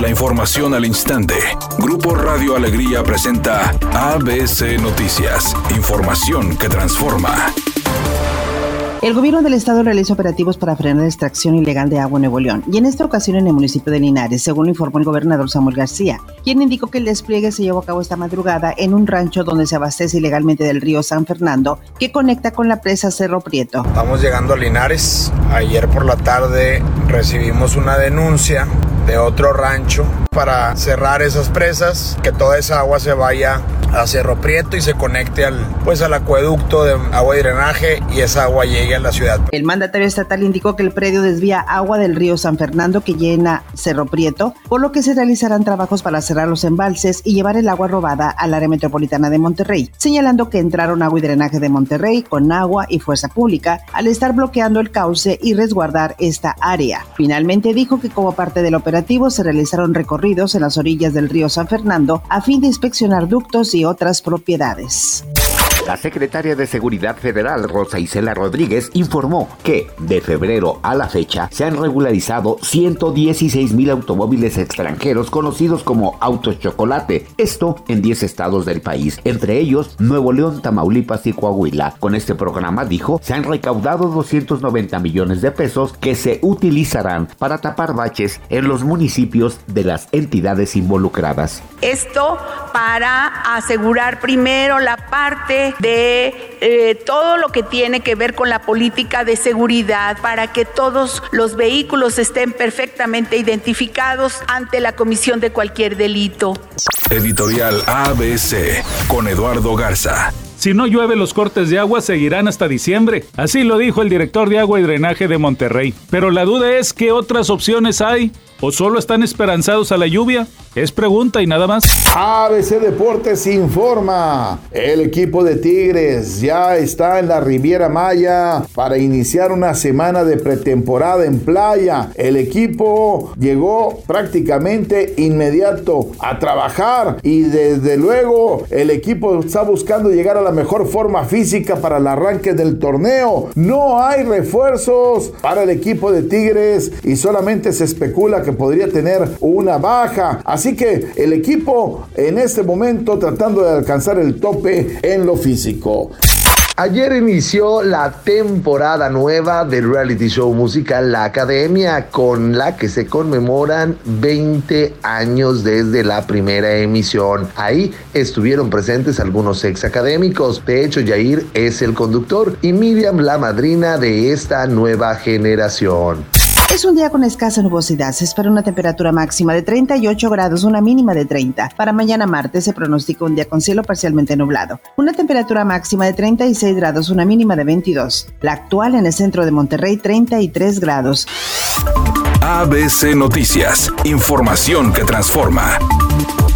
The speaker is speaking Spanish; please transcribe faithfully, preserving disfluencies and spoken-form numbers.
La información al instante. Grupo Radio Alegría presenta A B C Noticias. Información que transforma. El gobierno del estado realiza operativos para frenar la extracción ilegal de agua en Nuevo León, y en esta ocasión en el municipio de Linares, según lo informó el gobernador Samuel García, quien indicó que el despliegue se llevó a cabo esta madrugada en un rancho donde se abastece ilegalmente del río San Fernando, que conecta con la presa Cerro Prieto. Estamos llegando a Linares. Ayer por la tarde recibimos una denuncia de otro rancho para cerrar esas presas, que toda esa agua se vaya a Cerro Prieto y se conecte al, pues, al acueducto de agua y drenaje, y esa agua llegue a la ciudad. El mandatario estatal indicó que el predio desvía agua del río San Fernando que llena Cerro Prieto, por lo que se realizarán trabajos para cerrar los embalses y llevar el agua robada al área metropolitana de Monterrey, señalando que entraron agua y drenaje de Monterrey con agua y fuerza pública al estar bloqueando el cauce y resguardar esta área. Finalmente dijo que como parte del operativo se realizaron recorridos en las orillas del río San Fernando a fin de inspeccionar ductos y otras propiedades. La secretaria de Seguridad Federal, Rosa Isela Rodríguez, informó que de febrero a la fecha se han regularizado ciento dieciséis mil automóviles extranjeros conocidos como autos chocolate, esto en diez estados del país, entre ellos Nuevo León, Tamaulipas y Coahuila. Con este programa, dijo, se han recaudado doscientos noventa millones de pesos que se utilizarán para tapar baches en los municipios de las entidades involucradas. Esto para asegurar primero la parte de eh, todo lo que tiene que ver con la política de seguridad, para que todos los vehículos estén perfectamente identificados ante la comisión de cualquier delito. Editorial A B C con Eduardo Garza. Si no llueve, los cortes de agua seguirán hasta diciembre. Así lo dijo el director de Agua y Drenaje de Monterrey. Pero la duda es, ¿qué otras opciones hay? ¿O solo están esperanzados a la lluvia? Es pregunta y nada más. A B C Deportes informa. El equipo de Tigres ya está en la Riviera Maya para iniciar una semana de pretemporada en playa. El equipo llegó prácticamente inmediato a trabajar y desde luego el equipo está buscando llegar a la mejor forma física para el arranque del torneo. No hay refuerzos para el equipo de Tigres y solamente se especula que podría tener una baja. Así que el equipo en este momento tratando de alcanzar el tope en lo físico. Ayer inició la temporada nueva del reality show musical La Academia, con la que se conmemoran veinte años desde la primera emisión. Ahí estuvieron presentes algunos ex académicos. De hecho, Yair es el conductor y Miriam la madrina de esta nueva generación. Es un día con escasa nubosidad. Se espera una temperatura máxima de treinta y ocho grados, una mínima de treinta. Para mañana martes se pronostica un día con cielo parcialmente nublado. Una temperatura máxima de treinta y seis grados, una mínima de veintidós. La actual en el centro de Monterrey, treinta y tres grados. A B C Noticias. Información que transforma.